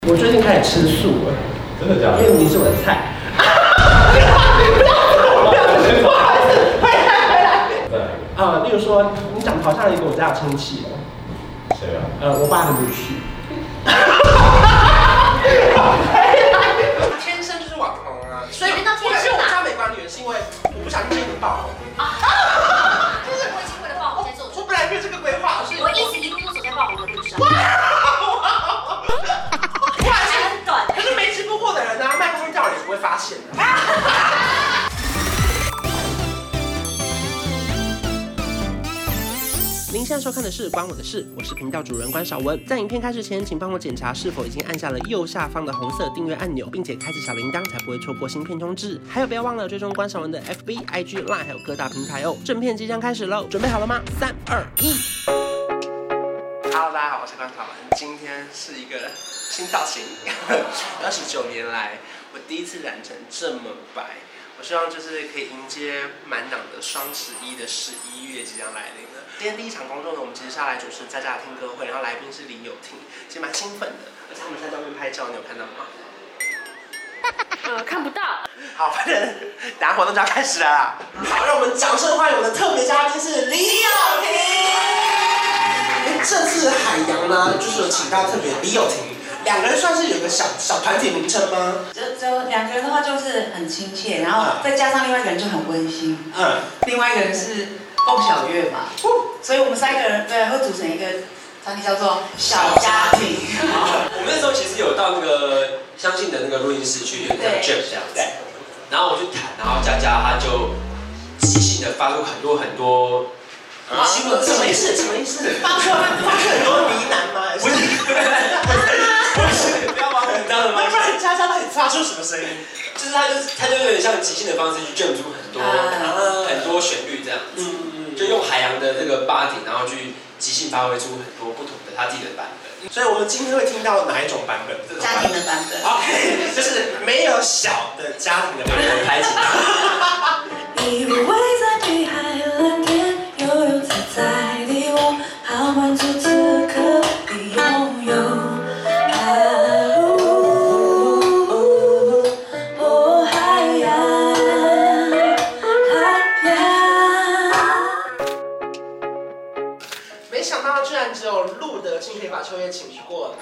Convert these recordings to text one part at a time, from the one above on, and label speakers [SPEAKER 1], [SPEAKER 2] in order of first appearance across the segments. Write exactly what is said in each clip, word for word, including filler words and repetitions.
[SPEAKER 1] 我最近开始吃素了，
[SPEAKER 2] 真的假的？
[SPEAKER 1] 因为你是我的菜。不好意思，回来回来。
[SPEAKER 2] 对。
[SPEAKER 1] 呃，例如说，你长得好像一个我家的亲戚哦。
[SPEAKER 2] 谁啊？
[SPEAKER 1] 呃，我爸的女婿。天生就是网红啊，所以
[SPEAKER 3] 到天生
[SPEAKER 1] 我家没管理员是因为我不想进行爆红。
[SPEAKER 3] 啊！就是我已经为了爆红在做准备。
[SPEAKER 1] 我本来没有这个规划，是
[SPEAKER 3] 我一直一路都走在爆红的路上。
[SPEAKER 1] 可是没直播过的人呢、啊，麦克风掉了也不会发现的。您现在收看的是关我的事，我是频道主人关少文。在影片开始前，请帮我检查是否已经按下了右下方的红色订阅按钮，并且开启小铃铛，才不会错过新片通知。还有，不要忘了追踪关少文的 F B、I G、Line 还有各大平台哦。正片即将开始喽，准备好了吗？三、二、一。Hello， 大家好，我是关少文。今天是一个新造型，二十九年来我第一次染成这么白。我希望就是可以迎接满档的双十一的十一月即将来临了。今天第一场工作呢，我们其实是要来主持在家听歌会，然后来宾是李友廷，其实蛮兴奋的。而且他们在外面拍照，你有看到吗？
[SPEAKER 3] 呃，看不到。
[SPEAKER 1] 好，反正等下活动就要开始了啦。好，让我们掌声欢迎我们的特别嘉宾是李友廷。这次海洋呢，就是有请到特别李友廷。两个人算是有一个小小团体名称吗？
[SPEAKER 4] 就就两个人的话就是很亲切，然后再加上另外一个人就很温馨。嗯。另外一个人是凤小岳嘛，所以我们三个人对会组成一个团体叫做小家庭。
[SPEAKER 5] 我们那时候其实有到那个相信的那个录音室去，有点像 jam 这样子。然后我去弹，然后佳佳她就即兴的发出很多很多。
[SPEAKER 1] 啊？什么意思？什么意思？发出发出很多呢喃吗？不是。不要把我很大的吗？不然佳佳到底发出什么声音？
[SPEAKER 5] 就是他就是他就有点像即兴的方式去 jam 出很多、啊、很多旋律这样子，嗯、就用海洋的这个 body， 然后去即兴发挥出很多不同的他自己的版本。
[SPEAKER 1] 所以我们今天会听到哪一种版本？这种
[SPEAKER 4] 家庭的版本。
[SPEAKER 1] OK， 就是没有小的家庭的版本。
[SPEAKER 5] 开启。
[SPEAKER 6] 以为在碧海蓝天悠游自在的我，好满足此刻的拥有。
[SPEAKER 1] 没想到居然只有路德信可以把秋叶请过。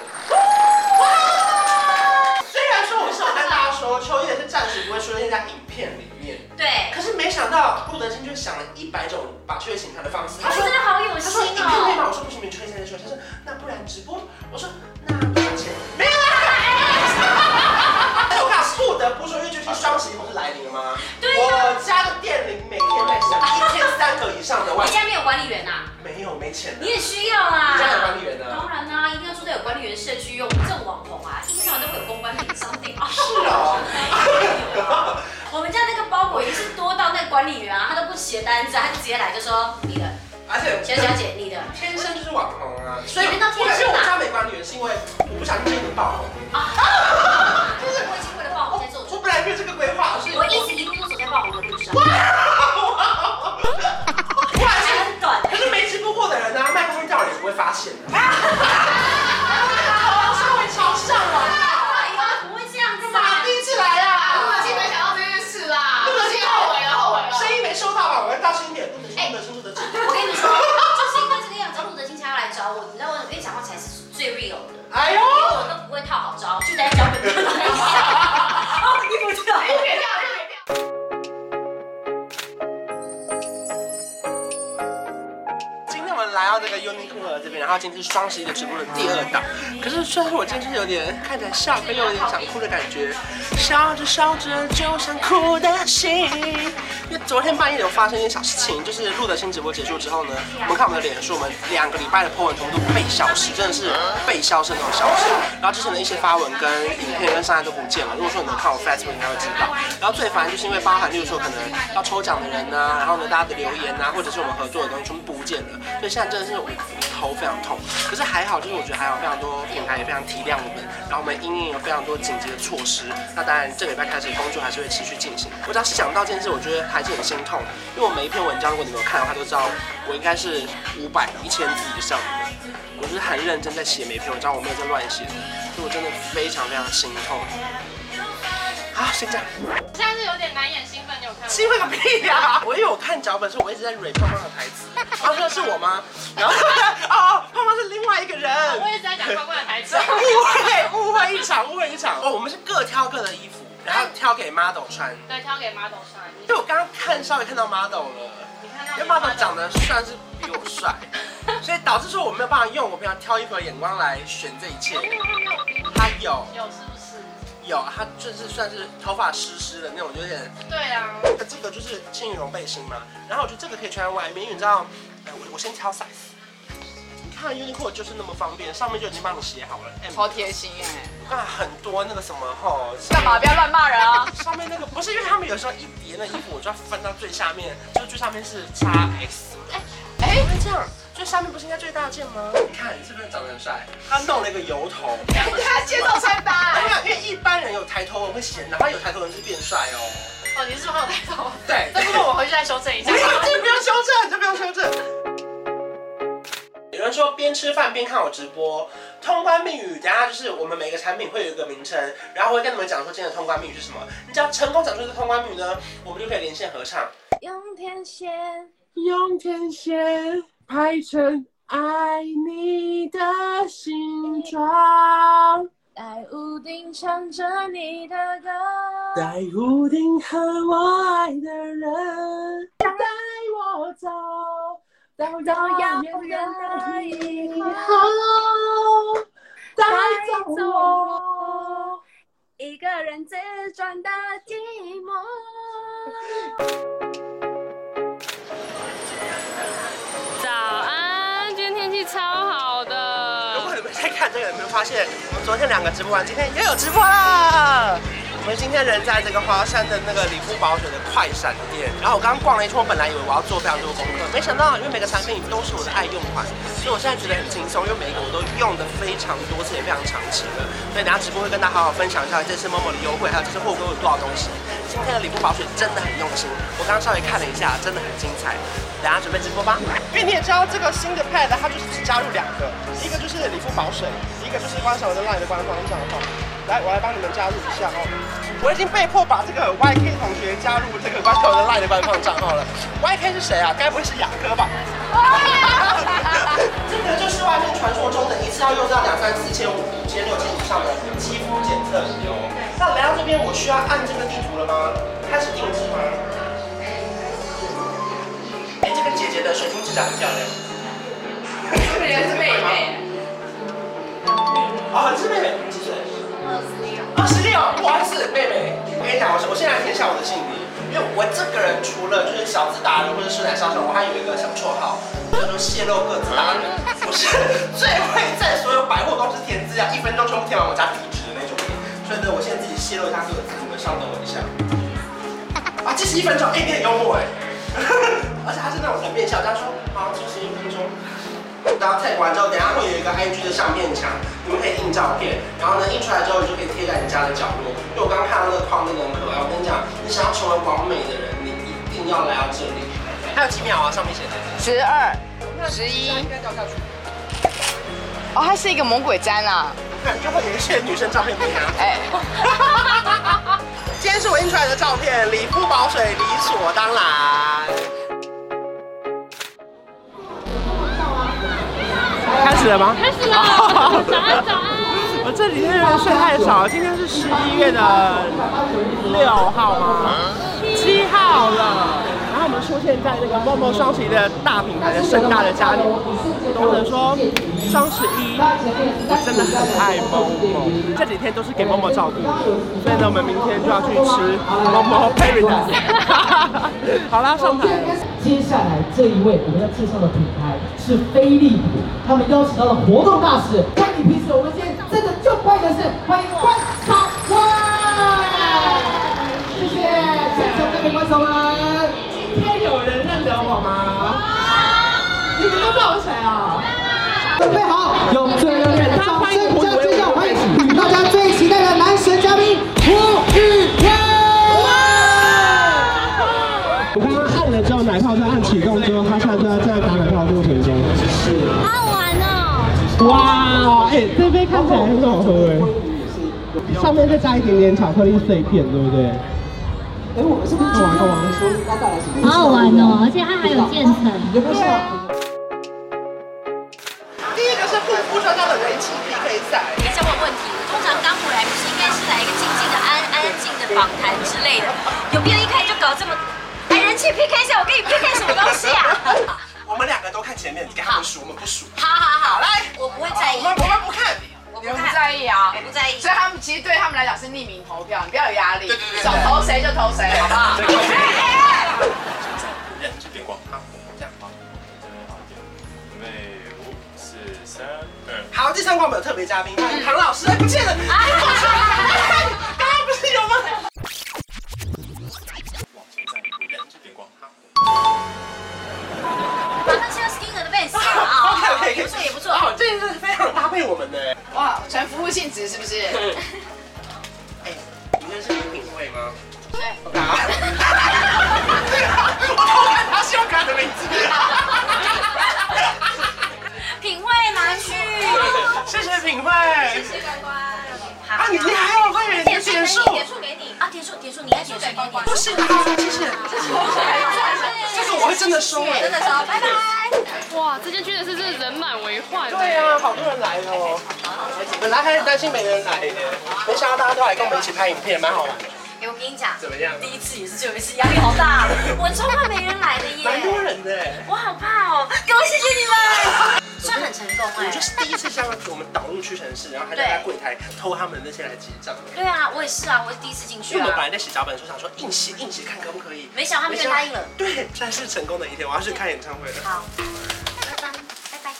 [SPEAKER 1] 虽然说我是有跟大家说，秋叶是暂时不会出现在影片里面，
[SPEAKER 3] 对。
[SPEAKER 1] 可是没想到路德信就想了一百种把秋叶请他的方式。
[SPEAKER 3] 他说真的好有心哦。
[SPEAKER 1] 他说影片可以吗？我说不行，你秋叶现在说。他说那不然直播？我说那多少钱？没有啦。而且我看不得不说，因为最近双十一不是来临了吗？
[SPEAKER 3] 对呀。
[SPEAKER 1] 我家的电铃每天在响，一天三个以上的外。
[SPEAKER 3] 你家没有管理员呐？
[SPEAKER 1] 没有，没钱。
[SPEAKER 3] 你也需要啦。
[SPEAKER 1] 你家有管理员呢？
[SPEAKER 3] 当然啦，一定要住在有管理员社区用。我们这种网红啊，一天到晚都会有公关品商店啊。
[SPEAKER 1] 是哦。
[SPEAKER 3] 我们家那个包裹已经是多到那个管理员啊，他都不写单子，他就直接来就说你的。
[SPEAKER 1] 而且
[SPEAKER 3] 小小姐，你的
[SPEAKER 1] 天生就是网红啊，所以
[SPEAKER 3] 到天生
[SPEAKER 1] 我家没管理员是因为我不想进行爆红。
[SPEAKER 3] 啊！就是我已经为了爆红在做准备。
[SPEAKER 1] 我本来没有这个规划，是
[SPEAKER 3] 我一直一路都走在爆红的路上。
[SPEAKER 1] 很短。可是没直播过的人呢、啊，麦克风掉了也不会发现的。稍微朝上了。
[SPEAKER 3] 哎呀，不会这样子
[SPEAKER 1] 啊！第一次来啊！
[SPEAKER 7] 陆德信没想到这件事啦，陆德信后悔了，后悔了。
[SPEAKER 1] 声音没收到吧？我要大声一点，陆德信，陆德信，陆德信。
[SPEAKER 3] 我跟你说，就是因为这个样子，陆德信才要来找我，你知道为什么？因为讲话才是最 real 的。
[SPEAKER 1] 哎呦！
[SPEAKER 3] 因为我都不会套好招，就在脚本就来一下。哦，衣服掉，
[SPEAKER 7] 又给掉，又给掉。
[SPEAKER 1] 来到这个 Uniqlo 这边，然后今天是双十一的直播的第二档。可是虽然说我今天是有点看起来笑，跟又有点想哭的感觉，笑着笑着就想哭的心。因为昨天半夜有发生一件小事情，就是录的新直播结束之后呢，我们看我们的脸书，我们两个礼拜的 po 文同步被消失，真的是被消失那种消失。然后之前的一些发文跟影片跟上来都不见了。如果说你们看我 Facebook 应该会知道。然后最烦就是因为包含，例如说可能要抽奖的人呐、啊，然后呢大家的留言呐、啊，或者是我们合作的东西全部不见了，所以现在真的是我头非常痛。可是还好，就是我觉得还有非常多品牌也非常体谅我们，然后我们因应有非常多紧急的措施。那当然这个礼拜开始工作还是会持续进行。我只要想到这件事，我觉得还是很心痛，因为我每一篇文章如果你没有看的话，都知道我应该是五百、一千字以上的。我就是很认真在写每篇文章，我没有在乱写的，所以我真的非常非常心痛。好，先这样。
[SPEAKER 7] 现在是有点难演兴奋，你有看吗？
[SPEAKER 1] 兴奋个屁呀、啊！我有看脚本，所以我一直在蕊胖胖的台词。他说是我吗？然后哦，胖胖是另外一个人。
[SPEAKER 7] 我一直在讲胖胖的台词。
[SPEAKER 1] 误会，误会一场，误会一场。哦，我们是各挑各的衣服，然后挑给 model 穿。
[SPEAKER 7] 对，挑给 model 穿。
[SPEAKER 1] 因为我刚刚看稍微看到 model 了，
[SPEAKER 7] 你看到？
[SPEAKER 1] 因为 model 长得算是比我帅，所以导致说我没有办法用我平常挑衣服的眼光来选这一切。他有。
[SPEAKER 7] 有是不是？
[SPEAKER 1] 有，他就是算是头发湿湿的那种，有点。
[SPEAKER 7] 对啊。
[SPEAKER 1] 这个就是轻羽绒背心嘛，然后我觉得这个可以穿在外面，因为你知道，呃，我我先挑 size。你看 Uniqlo 就是那么方便，上面就已经帮你写好了。
[SPEAKER 2] 超贴心哎。
[SPEAKER 1] 啊，很多那个什么吼。
[SPEAKER 2] 干嘛？不要乱骂人啊！
[SPEAKER 1] 上面那个不是，因为他们有时候一叠那衣服，我就要翻到最下面，就是最上面是 X X。哎哎，这样。最下面不是应该最大件吗？你看，是不是长得很帅？他弄了一个油头，
[SPEAKER 7] 他接受穿搭。
[SPEAKER 1] 因为一般人有抬头纹会显老，他有抬头纹是变帅哦。
[SPEAKER 7] 哦，你是说有抬头？
[SPEAKER 1] 对。
[SPEAKER 7] 这部分我回去再修正一下。
[SPEAKER 1] 不用，这不用修正，这不用修正。有人说边吃饭边看我直播，通关密语，等下就是我们每个产品会有一个名称，然后会跟你们讲说今天的通关密语是什么。你只要成功讲出这个通关密语呢，我们就可以连线合唱。
[SPEAKER 6] 用天线，
[SPEAKER 1] 用天线。排成爱你的形状，
[SPEAKER 6] 在屋顶唱着你的歌，
[SPEAKER 1] 在屋顶和我爱的人，带我走，到遥远的以后，带走我，
[SPEAKER 6] 一个人自转的寂寞。
[SPEAKER 7] 超好的！
[SPEAKER 1] 如果你们在看这个，有没有发现我们昨天两个直播完，今天又有直播啦？我们今天人在这个华山的那个理肤宝水的快闪店，然后我刚刚逛了一圈，我本来以为我要做非常多功课，没想到因为每个产品都是我的爱用款，所以我现在觉得很轻松，因为每一个我都用的非常多次，也非常长期了。所以等下直播会跟大家好好分享一下这次 Momo 的优惠，还有这次货柜有多少东西。今天的理肤宝水真的很用心，我刚刚稍微看了一下，真的很精彩。等下准备直播吧。因为你也知道这个新的 pad 它就是只加入两个，一个就是理肤宝水，一个就是关晓雯的 LINE 的官方账号。来，我来帮你们加入一下哦。我已经被迫把这个 Y K 同学加入这个关晓雯的 LINE 的官方账号了。Y K 是谁啊？该不会是雅科吧？这个就是外面传说中的一次要用到两三四千五、五千、六千以上的肌肤检测油。那来到这边，我需要按这个地图了吗？开始定制吗？哎，这个姐姐的水晶指甲很漂亮。
[SPEAKER 2] 这个人是妹妹。
[SPEAKER 1] 哦，是妹妹，几岁？二十六。不好意思，妹妹。我跟你讲，我我现在填一下我的姓名，因为我这个人除了就是小资达人或者师奶小小，我还有一个小绰号，叫做泄露个子达人。我是最会在所有百货公司填资料，一分钟全部填完我家地址的那种人。所以呢，我现在自己泄露一下个子，你们稍等我一下。啊，计时一分钟，哎，你很幽默哎。而且他是那种很面笑，他说好，计时一分钟。然后 tag 完之后，等一下会有一个 I G 的相片墙，你们可以印照片，然后呢印出来之后，你就可以贴在你家的角落。因为我刚刚看到那个框真的很可爱，我跟你讲，你想要成为完美的人，你一定要来到这里。还有几秒啊？上面写的
[SPEAKER 2] 十二、十一，
[SPEAKER 1] 应该掉下去。
[SPEAKER 2] 哦，它是一个魔鬼毡啊！
[SPEAKER 1] 看就会有一些女生照片给你啊。
[SPEAKER 2] 哎，
[SPEAKER 1] 今天是我印出来的照片，理肤宝水理所当然。开始了吗？
[SPEAKER 7] 开始了，早安早安。
[SPEAKER 1] 我这几天人睡太少，今天是十一月的六号吗？七号了。然后我们出现在那个 Momo 双十一的大品牌的盛大的家里，我只能说双十一我真的很爱 Momo， 这几天都是给 Momo 照顾，所以呢，我们明天就要去吃 Momo Paradise。好啦，上台。
[SPEAKER 8] 接下来这一位我们要介绍的品牌是飞利浦，他们邀请到了活动大使关你屁事。我们今天真的就快的是欢迎关朝文，谢谢现场这位观众们。
[SPEAKER 1] 今天有人认得我吗？你们都知道我是谁啊？
[SPEAKER 8] 准备好，用最热烈的掌声加尖叫欢迎与大家最期待的男神嘉宾吴宇轩。我刚刚按了之后，奶泡就按启动之后，它现在就在在打奶泡的过程中。
[SPEAKER 6] 好玩哦！
[SPEAKER 8] 我对，这杯看起来很好喝哎，上面再加一点点巧克力碎片，对不对？哎，我们是不是玩个玩说要带来什么？
[SPEAKER 7] 好好玩哦，而且它还有渐层。
[SPEAKER 8] 有没有想？
[SPEAKER 1] 第一个是护肤专家的人气 P K 赛。
[SPEAKER 3] 等一下问问题，通常刚回来不是应该是来一个静静的、安安静的访谈之类的，有必要一开始就搞这么来人气 P K 赛？我跟你 P K 什么东西啊？
[SPEAKER 1] 我们两个都看前面，给他们数，我们不数。
[SPEAKER 3] 好好好，
[SPEAKER 1] 来，
[SPEAKER 3] 我不会在意，
[SPEAKER 1] 我们我们不看。
[SPEAKER 2] 你们不在意啊？
[SPEAKER 3] 我不在意。
[SPEAKER 2] 所以他们其实对他们来讲是匿名投票，你不要有压力，
[SPEAKER 1] 对对对
[SPEAKER 2] 想投谁就投谁，好不好？
[SPEAKER 1] 人气变光，好，这样好。
[SPEAKER 9] 准备五、四、三、二。
[SPEAKER 1] 好，第三关我们有特别嘉宾，唐老师不见了。刚刚不是有吗？
[SPEAKER 9] 往前站，人气变光，好。
[SPEAKER 3] 马上切到 Skinner 的 Vans 啊
[SPEAKER 1] OK OK，
[SPEAKER 3] 不错也不错。
[SPEAKER 1] 哦，这个是非常搭配我们的。
[SPEAKER 2] 哇，全服务性质是不是？
[SPEAKER 1] 哎，你认识李品慧吗？
[SPEAKER 2] 对。
[SPEAKER 1] 我偷看他信用卡的名字。
[SPEAKER 3] 品味拿去。
[SPEAKER 1] 谢谢品慧。
[SPEAKER 3] 谢谢关关。
[SPEAKER 1] 啊，你你还有会员点数？
[SPEAKER 3] 点数给你啊，点数点数，你要点数给关关。
[SPEAKER 1] 不行，谢谢谢谢。这个我会真的收哎，
[SPEAKER 3] 真的收，拜拜。
[SPEAKER 7] 哇，这间居然是真的人满为患。
[SPEAKER 1] 对呀，好多人来哦。本来还是担心没人来的，没想到大家都来跟我们一起拍影片，蛮好玩的。
[SPEAKER 3] 哎，我跟你讲，
[SPEAKER 1] 怎么样？
[SPEAKER 3] 第一次也是最后一次，压力好大。我超怕没人来的耶。
[SPEAKER 1] 蛮多人的哎。
[SPEAKER 3] 我好怕哦，各位谢谢你们，算很成功哎。
[SPEAKER 1] 我就是第一次像我们导入屈臣氏，然后还在柜台偷他们那些来结账。
[SPEAKER 3] 对啊，我也是啊，我是第一次进去啊。
[SPEAKER 1] 因为我们本来在写脚本的时候想说硬写硬写看可不可以，
[SPEAKER 3] 没想到他们就答应了。
[SPEAKER 1] 对，算是成功的一天，我要去看演唱会了。
[SPEAKER 3] 好，拜拜，拜拜。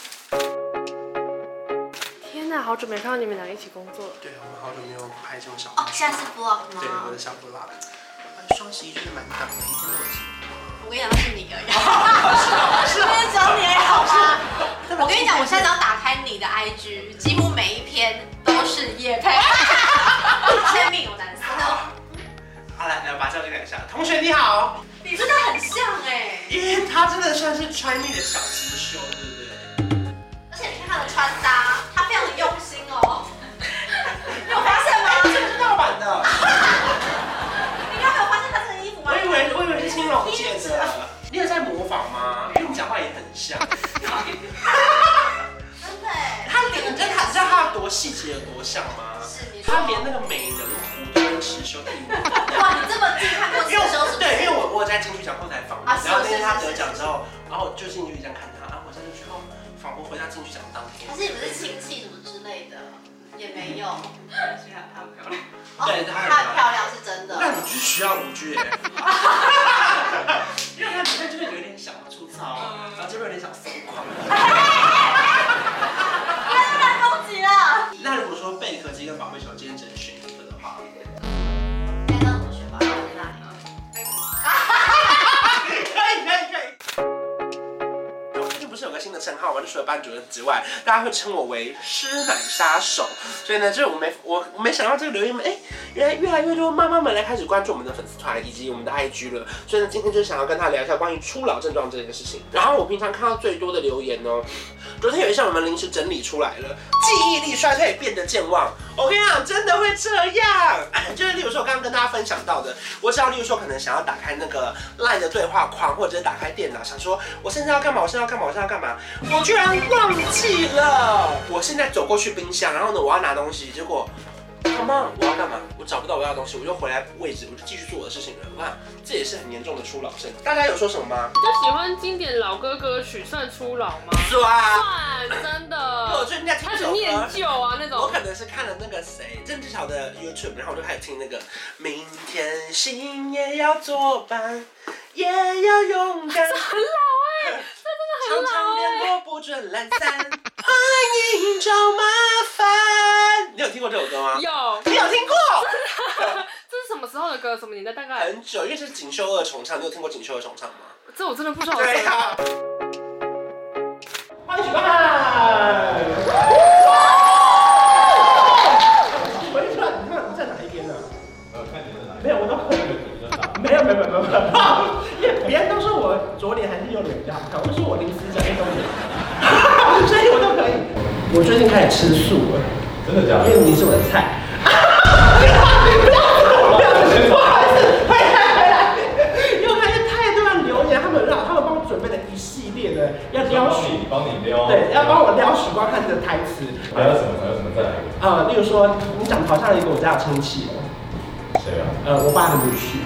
[SPEAKER 7] 天哪，好久没看到你们俩一起工作了。
[SPEAKER 1] 对，我们好久没有拍这种小
[SPEAKER 3] 哦，现在是 vlog 吗？
[SPEAKER 1] 对，我的小 vlog。双十一就是蛮档的，一天都有直播。
[SPEAKER 3] 我跟你讲，那是你而已。是是，只有你而已好吗？我跟你讲，我现在只要打开你的 I G， 几乎每一篇都是业配，签名有难色。
[SPEAKER 1] 好，来来，把照片改一下。同学你好，
[SPEAKER 3] 你真的很像哎，
[SPEAKER 1] 因为他真的算是穿蜜的小刺绣，对不对？
[SPEAKER 3] 而且你看他的穿搭，他非常的用心哦。你有发现吗？
[SPEAKER 1] 这个是盗版的。
[SPEAKER 3] 你刚没有发现他这个衣服吗？
[SPEAKER 1] 我以为我以为是青龙借的。你有在模仿吗？因为你讲话也很像。
[SPEAKER 3] 真的哎。
[SPEAKER 1] 他脸，你知道他知道他有多细节有多像吗？
[SPEAKER 3] 是你说。
[SPEAKER 1] 他连那个美人弧都跟刺绣一模一样。
[SPEAKER 3] 哇，你这么近看过刺绣是不是？
[SPEAKER 1] 对，因为我我在金曲奖后台访问，
[SPEAKER 3] 啊
[SPEAKER 1] 然后那天他得奖之后，然后就进去这样看他，啊，我真的觉得仿佛回到金曲奖当天。
[SPEAKER 3] 还是你们是亲戚什么之类的？也没有。
[SPEAKER 1] 虽然她很漂亮。
[SPEAKER 3] 哦，
[SPEAKER 1] 对，她
[SPEAKER 3] 她很漂亮是真的。
[SPEAKER 1] 那你就需要五句哎。因为她里面就是有点小粗糙，然后这边有点小松垮。
[SPEAKER 3] 不要再攻击了。
[SPEAKER 1] 那如果说贝壳鸡跟宝贝球今天只能选一个的话，
[SPEAKER 3] 该让我选吧，我在哪里？
[SPEAKER 1] 可以可以可以。我最近不是有个新的称号吗？就除了班主任之外，大家会称我为师奶杀手。所以呢，就是我没我我没想到这个留言们，哎，原来越来越多妈妈们来开始关注我们的粉丝团以及我们的 I G 了。所以呢，今天就想要跟他聊一下关于初老症状这件事情。然后我平常看到最多的留言呢，昨天有一项我们临时整理出来了，记忆力衰退变得健忘。我跟你讲，真的会这样。就是例如说我刚刚跟大家分享到的，我只要例如说可能想要打开那个 LINE 的对话框，或者是打开电脑，想说我现在要干嘛，我现在要干嘛，我现在要干嘛，我居然忘记了。我现在走过去冰箱，然后呢我要拿东西，结果。妈妈，我要干嘛？我找不到我要的东西，我就回来位置，我就继续做我的事情了。我看这也是很严重的初老症。大家有说什么吗？
[SPEAKER 7] 就喜欢经典老歌歌曲，算初老吗？
[SPEAKER 1] 算，
[SPEAKER 7] 算，真的。
[SPEAKER 1] 我最近在听
[SPEAKER 7] 开始念旧啊那种。
[SPEAKER 1] 我可能是看了那个谁郑智乔的 YouTube， 然后我就开始听那个明天心也要作伴，也要勇敢。
[SPEAKER 7] 这很老哎、欸，这真的很老哎、欸。
[SPEAKER 1] 常常联络不准懒散，欢迎找麻烦。你有听过这首歌吗？
[SPEAKER 7] 有。
[SPEAKER 1] 你有听过？
[SPEAKER 7] 这是什么时候的歌？什么年代？大概
[SPEAKER 1] 很久，因为是锦绣二重唱。你有听过锦绣二重唱吗？
[SPEAKER 7] 这我真的不知道。
[SPEAKER 1] 对啊。欢迎许曼。我一出来，你看你在哪一边呢？
[SPEAKER 9] 呃，看你在哪？
[SPEAKER 1] 没有，我都可以。没有没有没有没有，因为别人都说我左脸还是右脸比较好看，我说我临时转变中脸，所以我都可以。 我最近开始吃素了，
[SPEAKER 9] 真的假的？
[SPEAKER 1] 因为你是我的菜。不要走，不要走，不好意思，回来回来。因为我看见太多人留言，他们让他们帮我准备了一系列的要撩许，
[SPEAKER 9] 帮你撩，
[SPEAKER 1] 对，要帮我撩许光汉的台词。
[SPEAKER 9] 还有什么？还有什么？再来一个。
[SPEAKER 1] 呃，例如说，你长得好像一个我家的亲戚哦。
[SPEAKER 9] 谁啊？
[SPEAKER 1] 呃，我爸的女婿。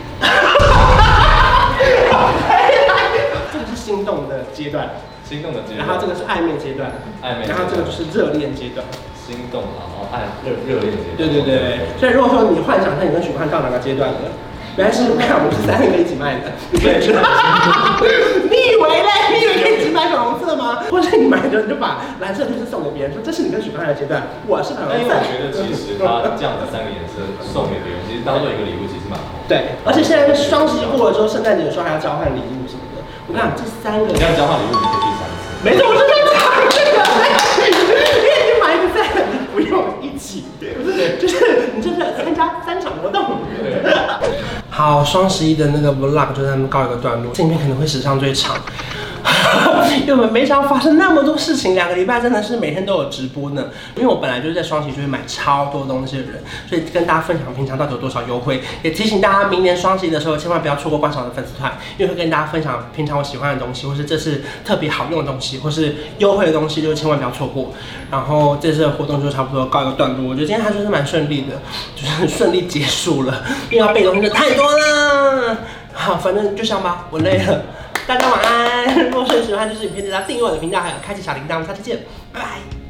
[SPEAKER 1] 这个是心动的阶段。
[SPEAKER 9] 心动的阶段，
[SPEAKER 1] 然后这个是暧昧阶段，
[SPEAKER 9] 暧昧，
[SPEAKER 1] 然后这个就是热恋阶段，
[SPEAKER 9] 心动，然后爱热热恋阶段。
[SPEAKER 1] 对对对，所以如果说你幻想看你跟许光汉到哪个阶段了，原来是看我们是三个人一起卖的，你知道？你以为嘞？你以为可以只买粉红色吗？或者你买的你就把蓝色就是送给别人，说这是你跟许光汉的阶段，我是粉红色。
[SPEAKER 9] 因为我觉得其实他这样的三个颜色送给别人，其实当做一个礼物，其实蛮好。
[SPEAKER 1] 对，而且现在双十一过了之后，圣诞节的时候还要交换礼物什么的。我跟你讲，这三个
[SPEAKER 9] 你要交换礼物，你可以第三次。
[SPEAKER 1] 没错，我就在讲这个，因为你买一个赛，你不用一起，就是你就是参加三场活动。好，双十一的那个 vlog 就在那告一个段落，这影片可能会史上最长。因为我们没想到发生那么多事情，两个礼拜真的是每天都有直播呢。因为我本来就是在双十一就会买超多东西的人，所以跟大家分享平常到底有多少优惠，也提醒大家明年双十一的时候千万不要错过观赏的粉丝团，因为会跟大家分享平常我喜欢的东西，或是这次特别好用的东西，或是优惠的东西，就千万不要错过。然后这次的活动就差不多告一个段落，我觉得今天还算是蛮顺利的，就是顺利结束了，因为要备的东西太多了。好，反正就这样吧，我累了。大家晚安。如果说喜欢这支影片，记得订阅我的频道，还有开启小铃铛。我们下期见，拜拜。